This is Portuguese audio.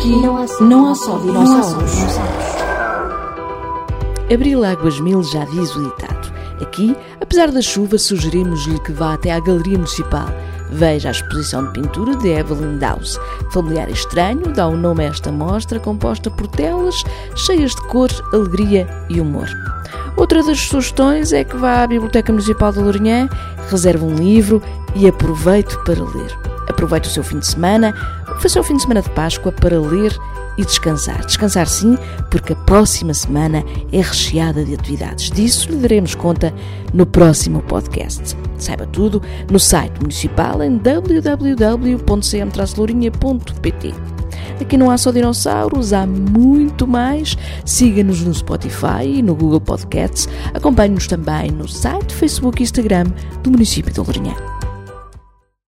Aqui não há só dinossauros. Abril Águas Mil já diz o ditado. Aqui, apesar da chuva, sugerimos-lhe que vá até à Galeria Municipal. Veja a exposição de pintura de Evelyn Dawes. Familiar e estranho, dá o nome a esta mostra composta por telas cheias de cor, alegria e humor. Outra das sugestões é que vá à Biblioteca Municipal de Lourinhã, reserve um livro e aproveite para ler. Aproveite o seu fim de semana, o seu fim de semana de Páscoa para ler e descansar. Descansar sim, porque a próxima semana é recheada de atividades. Disso lhe daremos conta no próximo podcast. Saiba tudo no site municipal em www.cm-lourinha.pt. Aqui não há só dinossauros, há muito mais. Siga-nos no Spotify e no Google Podcasts. Acompanhe-nos também no site, Facebook e Instagram do município de Lourinhã.